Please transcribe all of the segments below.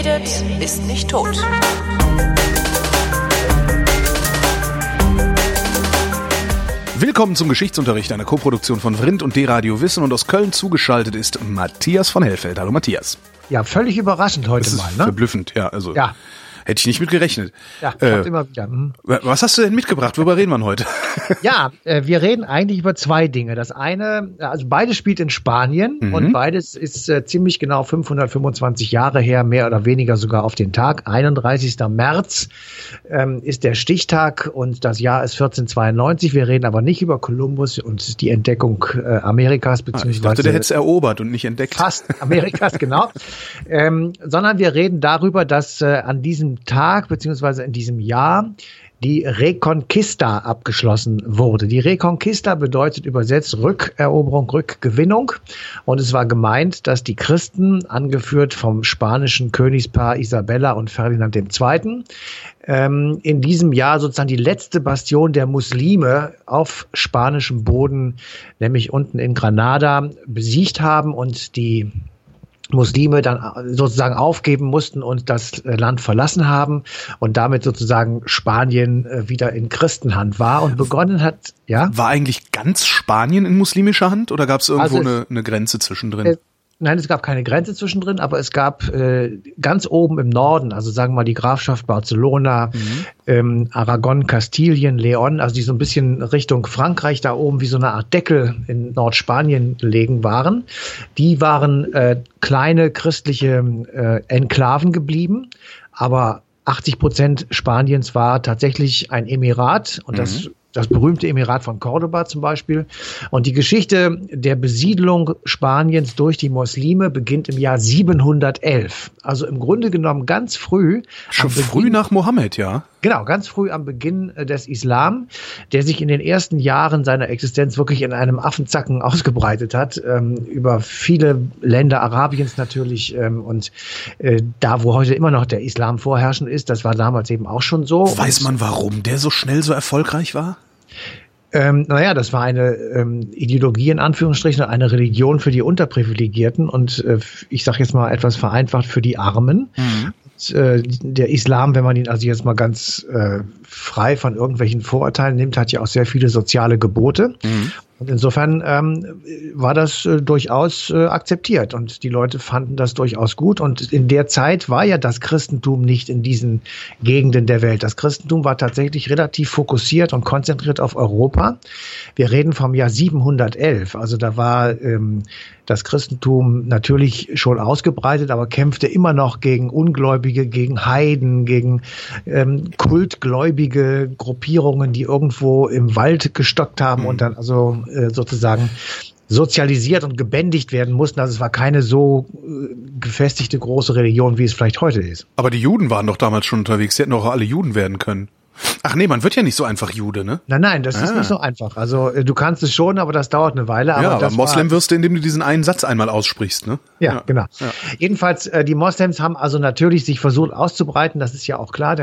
redet, ist nicht tot. Willkommen zum Geschichtsunterricht, einer Koproduktion von Vrindt und D-Radio Wissen, und aus Köln zugeschaltet ist Matthias von Hellfeld. Hallo Matthias. Ja, völlig überraschend heute mal, ne? Verblüffend, ja. Also ja. Hätte ich nicht mit gerechnet. Ja, kommt immer wieder. Was hast du denn mitgebracht? Worüber reden wir heute? Ja, wir reden eigentlich über zwei Dinge. Das eine, also beides spielt in Spanien und beides ist ziemlich genau 525 Jahre her, mehr oder weniger sogar auf den Tag. 31. März ist der Stichtag und das Jahr ist 1492. Wir reden aber nicht über Kolumbus und die Entdeckung Amerikas, beziehungsweise... Ich dachte, der hätte es erobert und nicht entdeckt. Fast Amerikas, genau. Sondern wir reden darüber, dass an diesem Tag beziehungsweise in diesem Jahr die Reconquista abgeschlossen wurde. Die Reconquista bedeutet übersetzt Rückeroberung, Rückgewinnung. Und es war gemeint, dass die Christen, angeführt vom spanischen Königspaar Isabella und Ferdinand II., in diesem Jahr sozusagen die letzte Bastion der Muslime auf spanischem Boden, nämlich unten in Granada, besiegt haben und die Muslime dann sozusagen aufgeben mussten und das Land verlassen haben und damit sozusagen Spanien wieder in Christenhand war und begonnen hat, ja. War eigentlich ganz Spanien in muslimischer Hand oder gab es irgendwo eine Grenze zwischendrin? Nein, es gab keine Grenze zwischendrin, aber es gab ganz oben im Norden, also sagen wir mal die Grafschaft Barcelona, Aragon, Kastilien, León, also die so ein bisschen Richtung Frankreich da oben wie so eine Art Deckel in Nordspanien gelegen waren. Die waren kleine christliche Enklaven geblieben, aber 80% Spaniens war tatsächlich ein Emirat und das berühmte Emirat von Cordoba zum Beispiel. Und die Geschichte der Besiedlung Spaniens durch die Muslime beginnt im Jahr 711. Also im Grunde genommen ganz früh. Schon früh nach Mohammed, ja? Genau, ganz früh am Beginn des Islam, der sich in den ersten Jahren seiner Existenz wirklich in einem Affenzacken ausgebreitet hat, über viele Länder Arabiens natürlich. Und da, wo heute immer noch der Islam vorherrschend ist, das war damals eben auch schon so. Weiß man, warum der so schnell so erfolgreich war? Naja, das war eine Ideologie in Anführungsstrichen, eine Religion für die Unterprivilegierten und ich sage jetzt mal etwas vereinfacht für die Armen. Der Islam, wenn man ihn also jetzt mal ganz frei von irgendwelchen Vorurteilen nimmt, hat ja auch sehr viele soziale Gebote. Und insofern war das durchaus akzeptiert und die Leute fanden das durchaus gut. Und in der Zeit war ja das Christentum nicht in diesen Gegenden der Welt. Das Christentum war tatsächlich relativ fokussiert und konzentriert auf Europa. Wir reden vom Jahr 711. Also da war das Christentum natürlich schon ausgebreitet, aber kämpfte immer noch gegen Ungläubige, gegen Heiden, gegen kultgläubige Gruppierungen, die irgendwo im Wald gestockt haben und dann also sozusagen sozialisiert und gebändigt werden mussten. Also es war keine so gefestigte große Religion, wie es vielleicht heute ist. Aber die Juden waren doch damals schon unterwegs. Sie hätten auch alle Juden werden können. Ach nee, man wird ja nicht so einfach Jude, ne? Nein, das ist nicht so einfach. Also du kannst es schon, aber das dauert eine Weile. Aber Moslem wirst du, indem du diesen einen Satz einmal aussprichst, ne? Ja, genau. Ja. Jedenfalls, die Moslems haben also natürlich sich versucht auszubreiten. Das ist ja auch klar. Der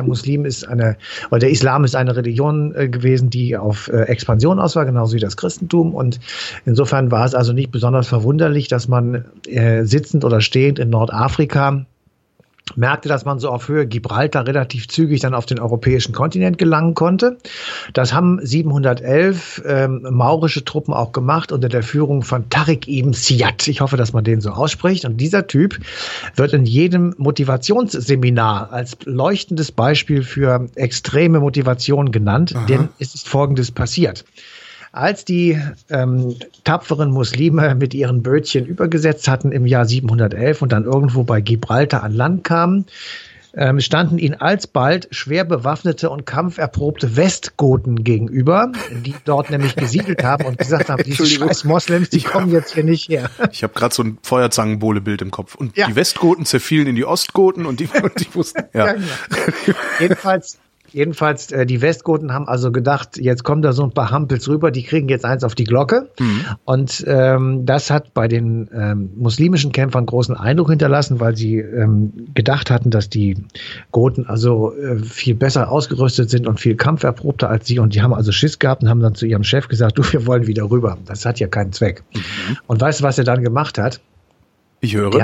Islam ist eine Religion gewesen, die auf Expansion aus war, genauso wie das Christentum. Und insofern war es also nicht besonders verwunderlich, dass man sitzend oder stehend in Nordafrika merkte, dass man so auf Höhe Gibraltar relativ zügig dann auf den europäischen Kontinent gelangen konnte. Das haben 711 maurische Truppen auch gemacht unter der Führung von Tariq ibn Ziyad. Ich hoffe, dass man den so ausspricht. Und dieser Typ wird in jedem Motivationsseminar als leuchtendes Beispiel für extreme Motivation genannt, denn es ist Folgendes passiert. Als die tapferen Muslime mit ihren Bötchen übergesetzt hatten im Jahr 711 und dann irgendwo bei Gibraltar an Land kamen, standen ihnen alsbald schwer bewaffnete und kampferprobte Westgoten gegenüber, die dort nämlich gesiedelt haben und gesagt haben, diese scheiß Moslems, die kommen jetzt hier nicht her. Ich habe gerade so ein Feuerzangenbowle-Bild im Kopf. Und die Westgoten zerfielen in die Ostgoten und die wussten, ja. Genau. Jedenfalls, die Westgoten haben also gedacht, jetzt kommen da so ein paar Hampels rüber, die kriegen jetzt eins auf die Glocke. Und das hat bei den muslimischen Kämpfern großen Eindruck hinterlassen, weil sie gedacht hatten, dass die Goten also viel besser ausgerüstet sind und viel kampferprobter als sie. Und die haben also Schiss gehabt und haben dann zu ihrem Chef gesagt, du, wir wollen wieder rüber. Das hat ja keinen Zweck. Und weißt du, was er dann gemacht hat? Ich höre.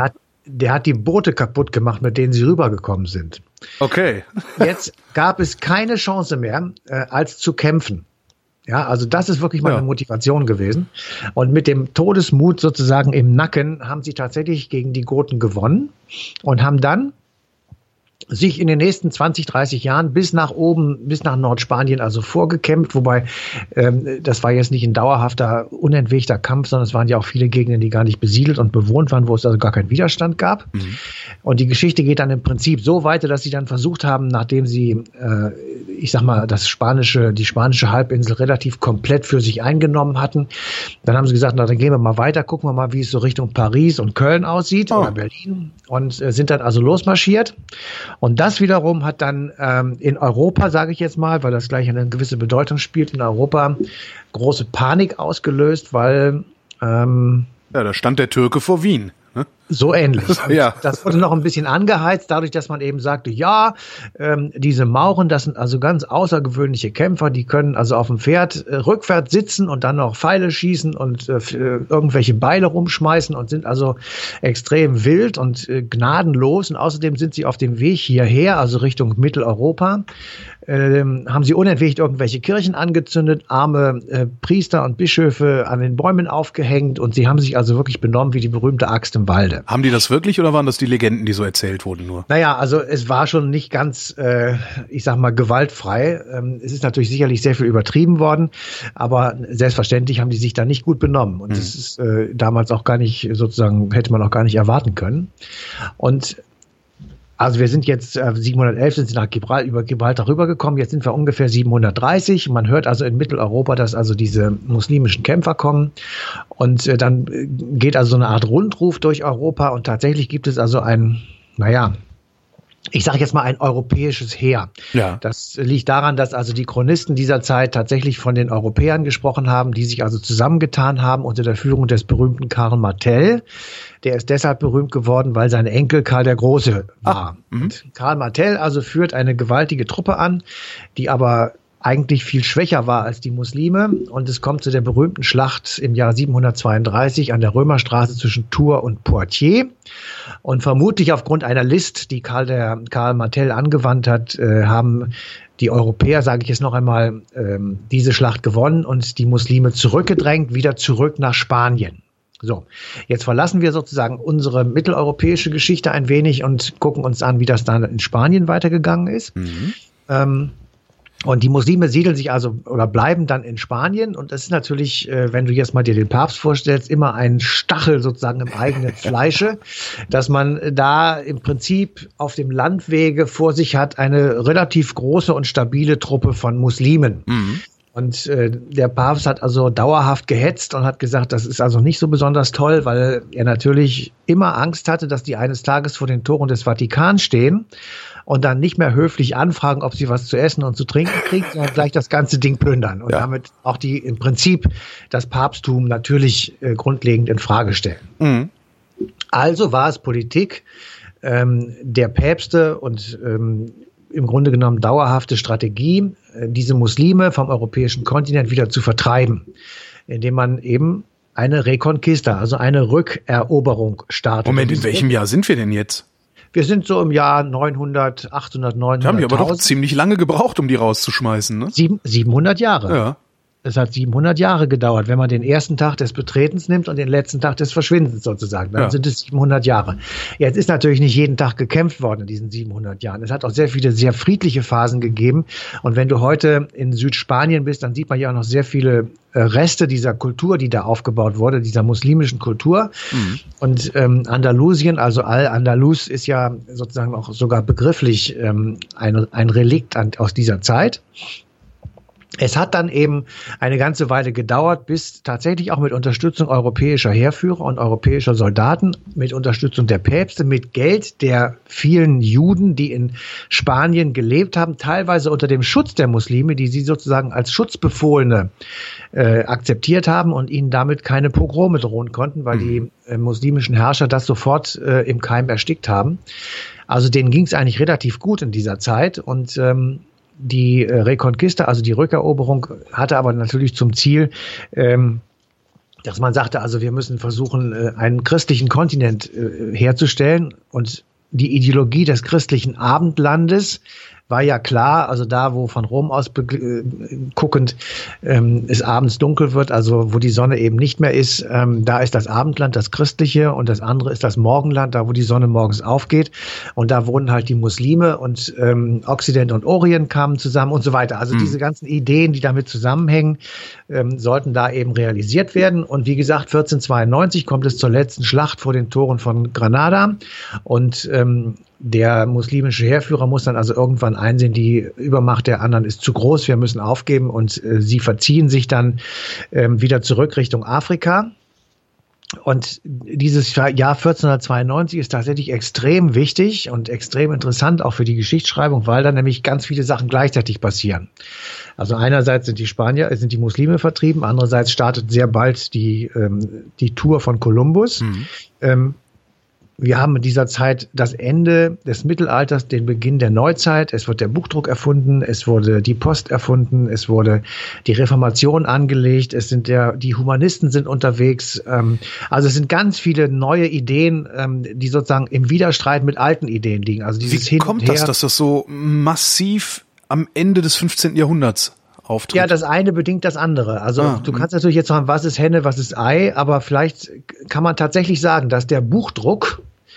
der hat die Boote kaputt gemacht, mit denen sie rübergekommen sind. Okay. Jetzt gab es keine Chance mehr, als zu kämpfen. Ja, also das ist wirklich mal eine Motivation gewesen. Und mit dem Todesmut sozusagen im Nacken haben sie tatsächlich gegen die Goten gewonnen und haben dann sich in den nächsten 20, 30 Jahren bis nach oben, bis nach Nordspanien also vorgekämpft, wobei das war jetzt nicht ein dauerhafter, unentwegter Kampf, sondern es waren ja auch viele Gegenden, die gar nicht besiedelt und bewohnt waren, wo es also gar keinen Widerstand gab. Mhm. Und die Geschichte geht dann im Prinzip so weiter, dass sie dann versucht haben, nachdem sie, die spanische Halbinsel relativ komplett für sich eingenommen hatten, dann haben sie gesagt, na, dann gehen wir mal weiter, gucken wir mal, wie es so Richtung Paris und Köln aussieht oder Berlin und sind dann also losmarschiert. Und das wiederum hat dann in Europa, sage ich jetzt mal, weil das gleich eine gewisse Bedeutung spielt, in Europa große Panik ausgelöst, weil da stand der Türke vor Wien. Ne? So ähnlich. Ja. Das wurde noch ein bisschen angeheizt, dadurch, dass man eben sagte, diese Mauren, das sind also ganz außergewöhnliche Kämpfer, die können also auf dem Pferd rückwärts sitzen und dann noch Pfeile schießen und irgendwelche Beile rumschmeißen und sind also extrem wild und gnadenlos. Und außerdem sind sie auf dem Weg hierher, also Richtung Mitteleuropa, haben sie unentwegt irgendwelche Kirchen angezündet, arme Priester und Bischöfe an den Bäumen aufgehängt und sie haben sich also wirklich benommen wie die berühmte Axt im Walde. Haben die das wirklich oder waren das die Legenden, die so erzählt wurden nur? Naja, also es war schon nicht ganz, gewaltfrei. Es ist natürlich sicherlich sehr viel übertrieben worden, aber selbstverständlich haben die sich da nicht gut benommen und das ist damals auch gar nicht, sozusagen, hätte man auch gar nicht erwarten können. Und also wir sind jetzt 711 sind sie über Gibraltar rübergekommen, jetzt sind wir ungefähr 730. Man hört also in Mitteleuropa, dass also diese muslimischen Kämpfer kommen und dann geht also so eine Art Rundruf durch Europa und tatsächlich gibt es also ein europäisches Heer. Ja. Das liegt daran, dass also die Chronisten dieser Zeit tatsächlich von den Europäern gesprochen haben, die sich also zusammengetan haben unter der Führung des berühmten Karl Martel. Der ist deshalb berühmt geworden, weil sein Enkel Karl der Große war. Und Karl Martel also führt eine gewaltige Truppe an, die aber eigentlich viel schwächer war als die Muslime. Und es kommt zu der berühmten Schlacht im Jahr 732 an der Römerstraße zwischen Tours und Poitiers. Und vermutlich aufgrund einer List, die Karl Martel angewandt hat, haben die Europäer, sage ich jetzt noch einmal, diese Schlacht gewonnen und die Muslime zurückgedrängt, wieder zurück nach Spanien. So, jetzt verlassen wir sozusagen unsere mitteleuropäische Geschichte ein wenig und gucken uns an, wie das dann in Spanien weitergegangen ist. Und die Muslime siedeln sich also oder bleiben dann in Spanien. Und das ist natürlich, wenn du jetzt mal dir den Papst vorstellst, immer ein Stachel sozusagen im eigenen Fleische, dass man da im Prinzip auf dem Landwege vor sich hat eine relativ große und stabile Truppe von Muslimen. Und der Papst hat also dauerhaft gehetzt und hat gesagt, das ist also nicht so besonders toll, weil er natürlich immer Angst hatte, dass die eines Tages vor den Toren des Vatikan stehen und dann nicht mehr höflich anfragen, ob sie was zu essen und zu trinken kriegen, sondern gleich das ganze Ding plündern und damit auch im Prinzip das Papsttum natürlich grundlegend in Frage stellen. Also war es Politik der Päpste und im Grunde genommen dauerhafte Strategie, diese Muslime vom europäischen Kontinent wieder zu vertreiben, indem man eben eine Reconquista, also eine Rückeroberung startet. Moment, in welchem Jahr sind wir denn jetzt? Wir sind so im Jahr 900, 800, 900. Da haben die aber doch ziemlich lange gebraucht, um die rauszuschmeißen, ne? 700 Jahre. Ja. Es hat 700 Jahre gedauert, wenn man den ersten Tag des Betretens nimmt und den letzten Tag des Verschwindens sozusagen. Dann sind es 700 Jahre. Jetzt ist natürlich nicht jeden Tag gekämpft worden in diesen 700 Jahren. Es hat auch sehr viele sehr friedliche Phasen gegeben. Und wenn du heute in Südspanien bist, dann sieht man ja auch noch sehr viele Reste dieser Kultur, die da aufgebaut wurde, dieser muslimischen Kultur. Und Andalusien, also Al-Andalus, ist ja sozusagen auch sogar begrifflich ein Relikt aus dieser Zeit. Es hat dann eben eine ganze Weile gedauert, bis tatsächlich auch mit Unterstützung europäischer Heerführer und europäischer Soldaten, mit Unterstützung der Päpste, mit Geld der vielen Juden, die in Spanien gelebt haben, teilweise unter dem Schutz der Muslime, die sie sozusagen als Schutzbefohlene akzeptiert haben und ihnen damit keine Pogrome drohen konnten, weil die muslimischen Herrscher das sofort im Keim erstickt haben. Also denen ging es eigentlich relativ gut in dieser Zeit und die Reconquista, also die Rückeroberung, hatte aber natürlich zum Ziel, dass man sagte, also wir müssen versuchen, einen christlichen Kontinent herzustellen, und die Ideologie des christlichen Abendlandes war ja klar, also da, wo von Rom aus guckend es abends dunkel wird, also wo die Sonne eben nicht mehr ist, da ist das Abendland, das Christliche, und das andere ist das Morgenland, da wo die Sonne morgens aufgeht, und da wohnen halt die Muslime, und Okzident und Orient kamen zusammen und so weiter. Also diese ganzen Ideen, die damit zusammenhängen, sollten da eben realisiert werden. Und wie gesagt, 1492 kommt es zur letzten Schlacht vor den Toren von Granada, und der muslimische Heerführer muss dann also irgendwann einsehen, die Übermacht der anderen ist zu groß, wir müssen aufgeben, und sie verziehen sich dann wieder zurück Richtung Afrika. Und dieses Jahr 1492 ist tatsächlich extrem wichtig und extrem interessant auch für die Geschichtsschreibung, weil da nämlich ganz viele Sachen gleichzeitig passieren. Also einerseits sind die Muslime vertrieben, andererseits startet sehr bald die Tour von Kolumbus. Wir haben in dieser Zeit das Ende des Mittelalters, den Beginn der Neuzeit. Es wird der Buchdruck erfunden, es wurde die Post erfunden, es wurde die Reformation angelegt, die Humanisten sind unterwegs. Also es sind ganz viele neue Ideen, die sozusagen im Widerstreit mit alten Ideen liegen. Also dieses Wie kommt das, dass das so massiv am Ende des 15. Jahrhunderts auftritt? Ja, das eine bedingt das andere. Also du kannst natürlich jetzt sagen, was ist Henne, was ist Ei, aber vielleicht kann man tatsächlich sagen, dass der Buchdruck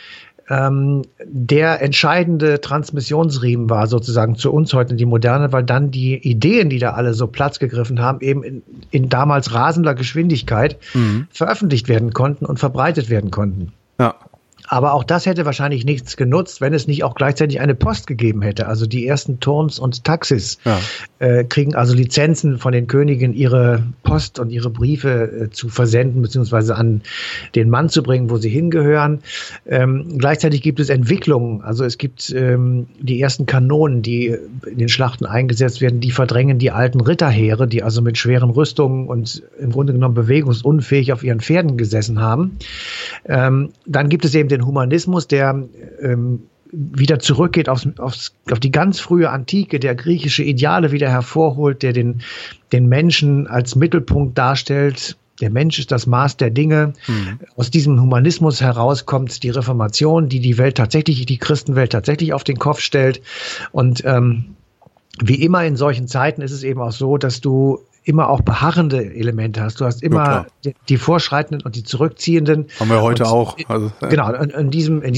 der entscheidende Transmissionsriemen war sozusagen zu uns heute in die Moderne, weil dann die Ideen, die da alle so Platz gegriffen haben, eben in damals rasender Geschwindigkeit veröffentlicht werden konnten und verbreitet werden konnten. Ja. Aber auch das hätte wahrscheinlich nichts genutzt, wenn es nicht auch gleichzeitig eine Post gegeben hätte. Also die ersten Turns und Taxis kriegen also Lizenzen von den Königen, ihre Post und ihre Briefe zu versenden, beziehungsweise an den Mann zu bringen, wo sie hingehören. Gleichzeitig gibt es Entwicklungen. Also es gibt die ersten Kanonen, die in den Schlachten eingesetzt werden, die verdrängen die alten Ritterheere, die also mit schweren Rüstungen und im Grunde genommen bewegungsunfähig auf ihren Pferden gesessen haben. Dann gibt es eben den Humanismus, der wieder zurückgeht auf die ganz frühe Antike, der griechische Ideale wieder hervorholt, der den Menschen als Mittelpunkt darstellt. Der Mensch ist das Maß der Dinge. Aus diesem Humanismus heraus kommt die Reformation, die die Christenwelt tatsächlich auf den Kopf stellt. Und wie immer in solchen Zeiten ist es eben auch so, dass du immer auch beharrende Elemente hast. Du hast immer die Vorschreitenden und die Zurückziehenden. Haben wir heute auch. Also, genau, in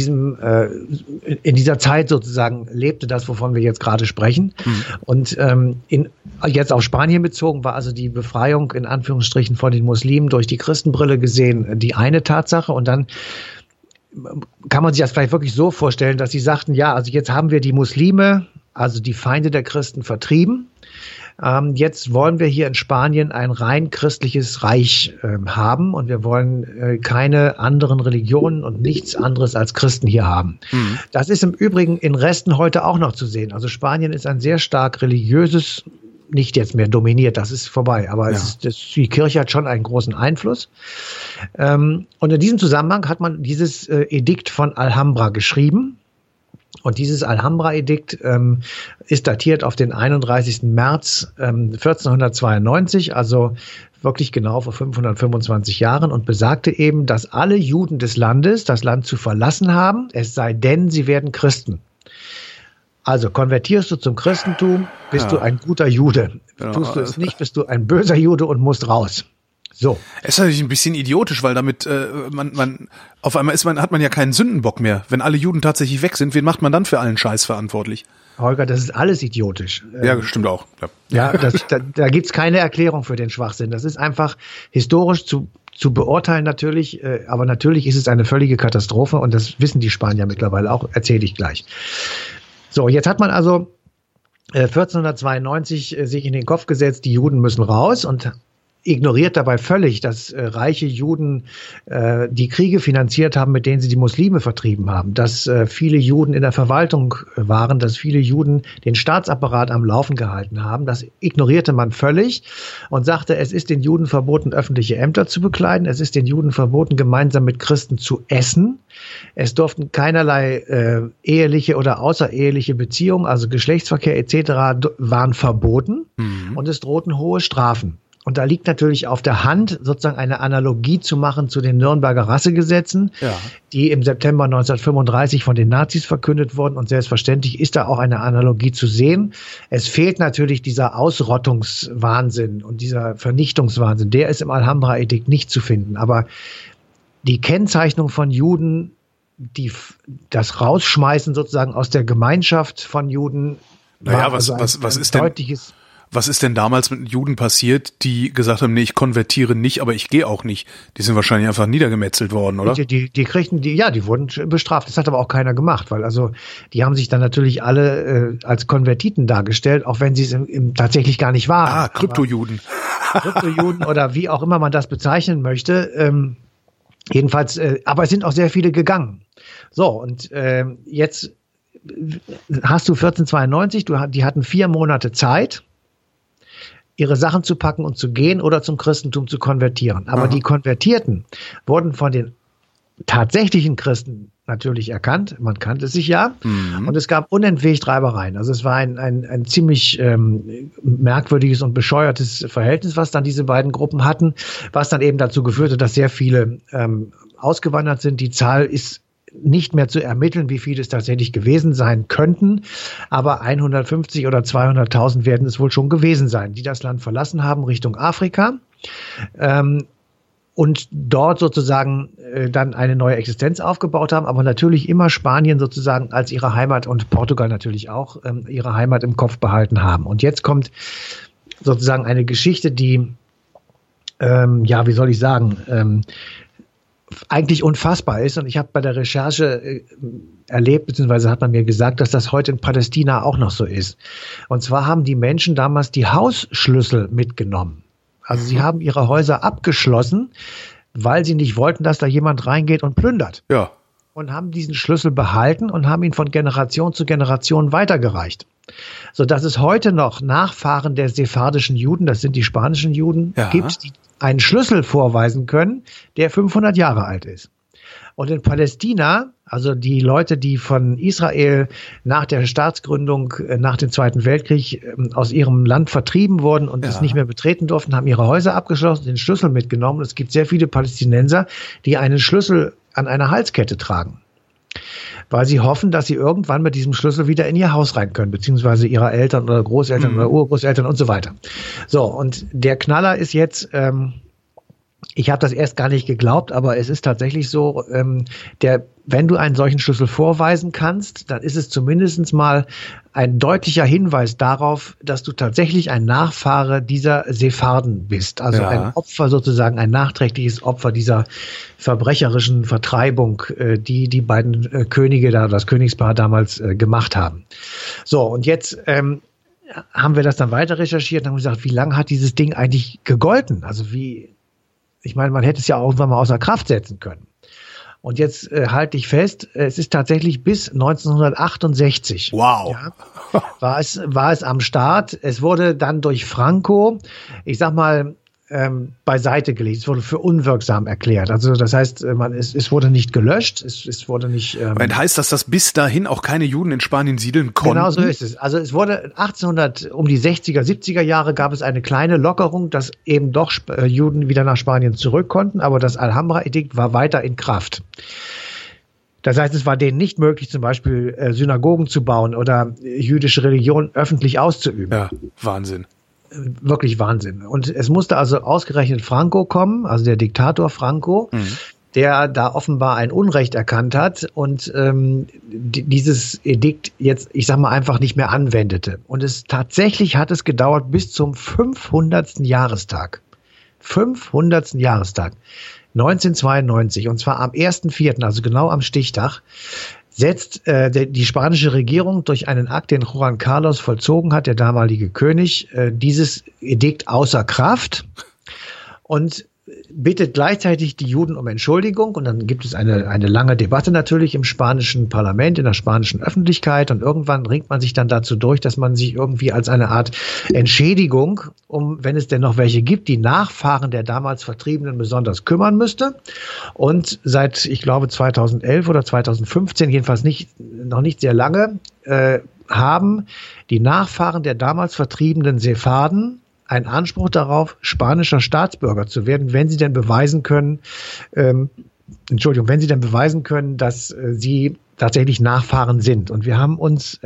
dieser Zeit sozusagen lebte das, wovon wir jetzt gerade sprechen. Und jetzt auf Spanien bezogen war also die Befreiung in Anführungsstrichen von den Muslimen durch die Christenbrille gesehen die eine Tatsache. Und dann kann man sich das vielleicht wirklich so vorstellen, dass sie sagten, ja, also jetzt haben wir die Muslime, also die Feinde der Christen, vertrieben. Jetzt wollen wir hier in Spanien ein rein christliches Reich haben, und wir wollen keine anderen Religionen und nichts anderes als Christen hier haben. Das ist im Übrigen in Resten heute auch noch zu sehen. Also Spanien ist ein sehr stark religiöses, nicht jetzt mehr dominiert, das ist vorbei, aber die Kirche hat schon einen großen Einfluss. Und in diesem Zusammenhang hat man dieses Edikt von Alhambra geschrieben. Und dieses Alhambra-Edikt ist datiert auf den 31. März 1492, also wirklich genau vor 525 Jahren, und besagte eben, dass alle Juden des Landes das Land zu verlassen haben, es sei denn, sie werden Christen. Also konvertierst du zum Christentum, bist du ein guter Jude. Genau. Tust du es nicht, bist du ein böser Jude und musst raus. So. Es ist natürlich ein bisschen idiotisch, weil damit man auf einmal hat man ja keinen Sündenbock mehr. Wenn alle Juden tatsächlich weg sind, wen macht man dann für allen Scheiß verantwortlich? Holger, das ist alles idiotisch. Ja, stimmt auch. Ja, da gibt's keine Erklärung für den Schwachsinn. Das ist einfach historisch zu beurteilen natürlich, aber natürlich ist es eine völlige Katastrophe, und das wissen die Spanier mittlerweile auch, erzähle ich gleich. So, jetzt hat man also 1492 sich in den Kopf gesetzt, die Juden müssen raus, und ignoriert dabei völlig, dass reiche Juden die Kriege finanziert haben, mit denen sie die Muslime vertrieben haben, dass viele Juden in der Verwaltung waren, dass viele Juden den Staatsapparat am Laufen gehalten haben. Das ignorierte man völlig und sagte, es ist den Juden verboten, öffentliche Ämter zu bekleiden, es ist den Juden verboten, gemeinsam mit Christen zu essen, es durften keinerlei eheliche oder außereheliche Beziehungen, also Geschlechtsverkehr etc. waren verboten, und es drohten hohe Strafen. Und da liegt natürlich auf der Hand, sozusagen eine Analogie zu machen zu den Nürnberger Rassegesetzen, die im September 1935 von den Nazis verkündet wurden. Und selbstverständlich ist da auch eine Analogie zu sehen. Es fehlt natürlich dieser Ausrottungswahnsinn und dieser Vernichtungswahnsinn. Der ist im Alhambra-Edikt nicht zu finden. Aber die Kennzeichnung von Juden, das Rausschmeißen sozusagen aus der Gemeinschaft von Juden, naja, was ist denn damals mit Juden passiert, die gesagt haben, nee, ich konvertiere nicht, aber ich gehe auch nicht? Die sind wahrscheinlich einfach niedergemetzelt worden, oder? Die wurden bestraft. Das hat aber auch keiner gemacht, weil also die haben sich dann natürlich alle als Konvertiten dargestellt, auch wenn sie es tatsächlich gar nicht waren. Ah, Kryptojuden. Kryptojuden oder wie auch immer man das bezeichnen möchte. Jedenfalls, aber es sind auch sehr viele gegangen. So, und jetzt hast du 1492, die hatten 4 Monate Zeit, ihre Sachen zu packen und zu gehen oder zum Christentum zu konvertieren. Aber die Konvertierten wurden von den tatsächlichen Christen natürlich erkannt. Man kannte sich ja. Und es gab unentwegt Reibereien. Also es war ein ziemlich merkwürdiges und bescheuertes Verhältnis, was dann diese beiden Gruppen hatten, was dann eben dazu geführt hat, dass sehr viele ausgewandert sind. Die Zahl ist nicht mehr zu ermitteln, wie viele es tatsächlich gewesen sein könnten, aber 150 oder 200.000 werden es wohl schon gewesen sein, die das Land verlassen haben Richtung Afrika und dort sozusagen dann eine neue Existenz aufgebaut haben, aber natürlich immer Spanien sozusagen als ihre Heimat und Portugal natürlich auch ihre Heimat im Kopf behalten haben. Und jetzt kommt sozusagen eine Geschichte, die, wie soll ich sagen, eigentlich unfassbar ist. Und ich habe bei der Recherche erlebt, beziehungsweise hat man mir gesagt, dass das heute in Palästina auch noch so ist. Und zwar haben die Menschen damals die Hausschlüssel mitgenommen. Also sie haben ihre Häuser abgeschlossen, weil sie nicht wollten, dass da jemand reingeht und plündert. Ja. Und haben diesen Schlüssel behalten und haben ihn von Generation zu Generation weitergereicht. Sodass es heute noch Nachfahren der sephardischen Juden, das sind die spanischen Juden, gibt, die einen Schlüssel vorweisen können, der 500 Jahre alt ist. Und in Palästina, also die Leute, die von Israel nach der Staatsgründung, nach dem Zweiten Weltkrieg aus ihrem Land vertrieben wurden und es nicht mehr betreten durften, haben ihre Häuser abgeschlossen, den Schlüssel mitgenommen. Es gibt sehr viele Palästinenser, die einen Schlüssel an einer Halskette tragen, weil sie hoffen, dass sie irgendwann mit diesem Schlüssel wieder in ihr Haus rein können, beziehungsweise ihrer Eltern oder Großeltern oder Urgroßeltern und so weiter. So, und der Knaller ist jetzt, ich habe das erst gar nicht geglaubt, aber es ist tatsächlich so, wenn du einen solchen Schlüssel vorweisen kannst, dann ist es zumindest mal ein deutlicher Hinweis darauf, dass du tatsächlich ein Nachfahre dieser Sepharden bist. Also ein Opfer sozusagen, ein nachträgliches Opfer dieser verbrecherischen Vertreibung, die die beiden Könige da, das Königspaar damals gemacht haben. So, und jetzt haben wir das dann weiter recherchiert und haben gesagt, wie lange hat dieses Ding eigentlich gegolten? Also ich meine, man hätte es ja auch irgendwann mal außer Kraft setzen können. Und jetzt halte ich fest, es ist tatsächlich bis 1968. Wow. Ja, war es am Start. Es wurde dann durch Franco, ich sag mal, beiseite gelegt. Es wurde für unwirksam erklärt. Also das heißt, es wurde nicht gelöscht, es wurde nicht... heißt das, dass bis dahin auch keine Juden in Spanien siedeln konnten? Genau so ist es. Also es wurde um die 60er, 70er Jahre gab es eine kleine Lockerung, dass eben doch Juden wieder nach Spanien zurück konnten, aber das Alhambra-Edikt war weiter in Kraft. Das heißt, es war denen nicht möglich, zum Beispiel Synagogen zu bauen oder jüdische Religion öffentlich auszuüben. Ja, Wahnsinn. Wirklich Wahnsinn. Und es musste also ausgerechnet Franco kommen, also der Diktator Franco, der da offenbar ein Unrecht erkannt hat und dieses Edikt jetzt, ich sag mal, einfach nicht mehr anwendete. Und tatsächlich hat es gedauert bis zum 500. Jahrestag. 500. Jahrestag. 1992. Und zwar am 1.4., also genau am Stichtag, setzt die spanische Regierung durch einen Akt, den Juan Carlos vollzogen hat, der damalige König, dieses Edikt außer Kraft und bittet gleichzeitig die Juden um Entschuldigung. Und dann gibt es eine lange Debatte natürlich im spanischen Parlament, in der spanischen Öffentlichkeit. Und irgendwann ringt man sich dann dazu durch, dass man sich irgendwie als eine Art Entschädigung, wenn es denn noch welche gibt, die Nachfahren der damals Vertriebenen besonders kümmern müsste. Und seit, ich glaube, 2011 oder 2015, jedenfalls noch nicht sehr lange, haben die Nachfahren der damals vertriebenen Sepharden einen Anspruch darauf, spanischer Staatsbürger zu werden, wenn sie denn beweisen können, dass sie tatsächlich Nachfahren sind. Und wir haben uns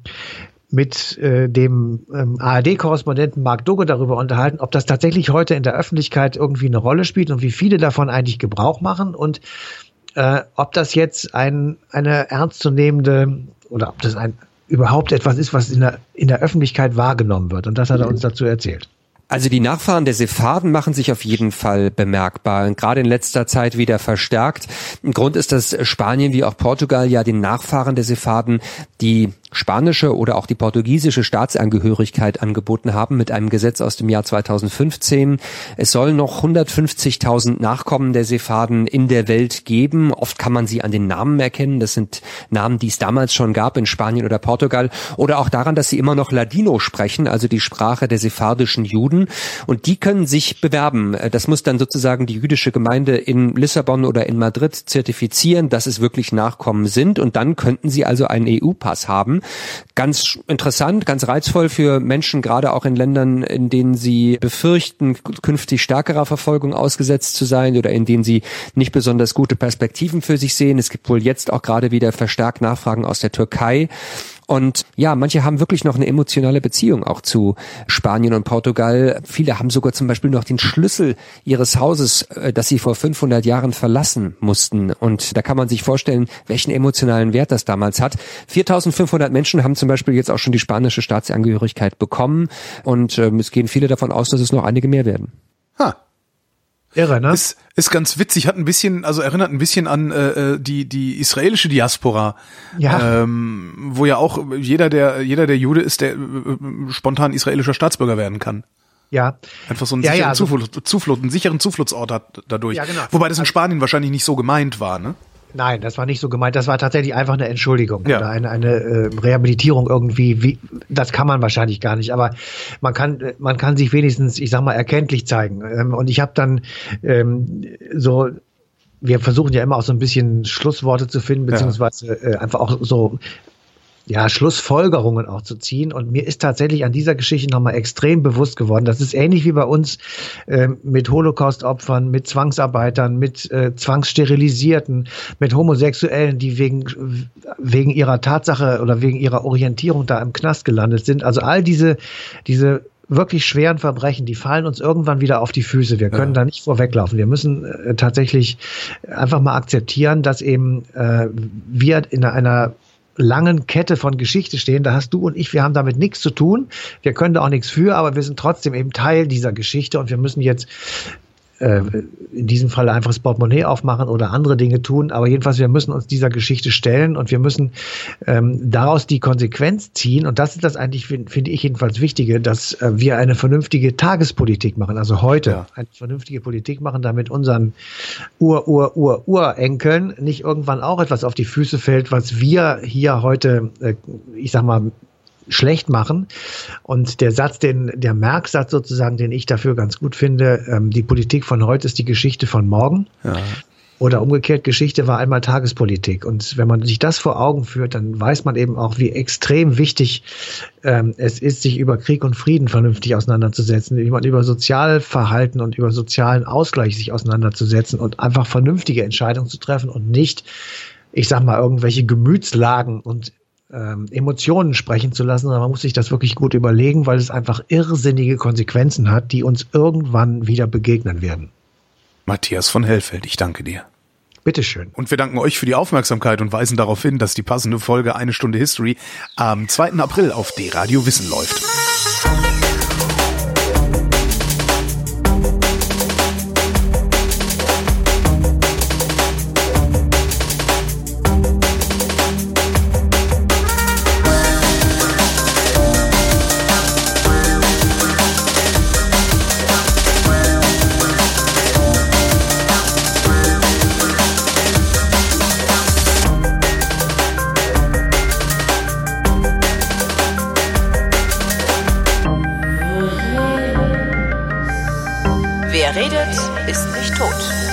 mit dem ARD-Korrespondenten Marc Dogge darüber unterhalten, ob das tatsächlich heute in der Öffentlichkeit irgendwie eine Rolle spielt und wie viele davon eigentlich Gebrauch machen und ob das jetzt eine ernstzunehmende oder ob das überhaupt etwas ist, was in der Öffentlichkeit wahrgenommen wird. Und das hat er uns dazu erzählt. Also die Nachfahren der Sepharden machen sich auf jeden Fall bemerkbar und gerade in letzter Zeit wieder verstärkt. Ein Grund ist, dass Spanien wie auch Portugal ja den Nachfahren der Sepharden die spanische oder auch die portugiesische Staatsangehörigkeit angeboten haben mit einem Gesetz aus dem Jahr 2015. Es soll noch 150.000 Nachkommen der Sepharden in der Welt geben. Oft kann man sie an den Namen erkennen. Das sind Namen, die es damals schon gab in Spanien oder Portugal oder auch daran, dass sie immer noch Ladino sprechen, also die Sprache der sephardischen Juden. Und die können sich bewerben. Das muss dann sozusagen die jüdische Gemeinde in Lissabon oder in Madrid zertifizieren, dass es wirklich Nachkommen sind. Und dann könnten sie also einen EU-Pass haben. Ganz interessant, ganz reizvoll für Menschen, gerade auch in Ländern, in denen sie befürchten, künftig stärkerer Verfolgung ausgesetzt zu sein oder in denen sie nicht besonders gute Perspektiven für sich sehen. Es gibt wohl jetzt auch gerade wieder verstärkt Nachfragen aus der Türkei. Und ja, manche haben wirklich noch eine emotionale Beziehung auch zu Spanien und Portugal. Viele haben sogar zum Beispiel noch den Schlüssel ihres Hauses, das sie vor 500 Jahren verlassen mussten. Und da kann man sich vorstellen, welchen emotionalen Wert das damals hat. 4.500 Menschen haben zum Beispiel jetzt auch schon die spanische Staatsangehörigkeit bekommen. Und es gehen viele davon aus, dass es noch einige mehr werden. Irre, ne? Ist ganz witzig, erinnert ein bisschen an die israelische Diaspora, ja. Wo ja auch jeder der Jude ist, der spontan israelischer Staatsbürger werden kann. Ja. Einfach so einen sicheren Zufluchtsort hat dadurch. Ja, genau. Wobei das in Spanien wahrscheinlich nicht so gemeint war, ne? Nein, das war nicht so gemeint. Das war tatsächlich einfach eine Entschuldigung oder eine Rehabilitierung irgendwie. Das kann man wahrscheinlich gar nicht. Aber man kann sich wenigstens, ich sag mal, erkenntlich zeigen. Und ich habe dann wir versuchen ja immer auch so ein bisschen Schlussworte zu finden, beziehungsweise einfach auch so Schlussfolgerungen auch zu ziehen. Und mir ist tatsächlich an dieser Geschichte nochmal extrem bewusst geworden, das ist ähnlich wie bei uns mit Holocaust-Opfern, mit Zwangsarbeitern, mit Zwangssterilisierten, mit Homosexuellen, die wegen ihrer Tatsache oder wegen ihrer Orientierung da im Knast gelandet sind. Also all diese wirklich schweren Verbrechen, die fallen uns irgendwann wieder auf die Füße. Wir können da nicht vorweglaufen. Wir müssen tatsächlich einfach mal akzeptieren, dass eben wir in einer langen Kette von Geschichte stehen. Da hast du und ich, wir haben damit nichts zu tun. Wir können da auch nichts für, aber wir sind trotzdem eben Teil dieser Geschichte und wir müssen jetzt in diesem Fall einfach das Portemonnaie aufmachen oder andere Dinge tun. Aber jedenfalls, wir müssen uns dieser Geschichte stellen und wir müssen daraus die Konsequenz ziehen. Und das ist das eigentlich, finde ich jedenfalls Wichtige, dass wir eine vernünftige Tagespolitik machen. Also heute eine vernünftige Politik machen, damit unseren Urenkeln nicht irgendwann auch etwas auf die Füße fällt, was wir hier heute, ich sag mal, schlecht machen. Und der Merksatz sozusagen, den ich dafür ganz gut finde, die Politik von heute ist die Geschichte von morgen. Ja. Oder umgekehrt, Geschichte war einmal Tagespolitik. Und wenn man sich das vor Augen führt, dann weiß man eben auch, wie extrem wichtig es ist, sich über Krieg und Frieden vernünftig auseinanderzusetzen, wie man über Sozialverhalten und über sozialen Ausgleich sich auseinanderzusetzen und einfach vernünftige Entscheidungen zu treffen und nicht, ich sag mal, irgendwelche Gemütslagen und Emotionen sprechen zu lassen, sondern man muss sich das wirklich gut überlegen, weil es einfach irrsinnige Konsequenzen hat, die uns irgendwann wieder begegnen werden. Matthias von Hellfeld, ich danke dir. Bitteschön. Und wir danken euch für die Aufmerksamkeit und weisen darauf hin, dass die passende Folge Eine Stunde History am 2. April auf D-Radio Wissen läuft. Wer redet, ist nicht tot.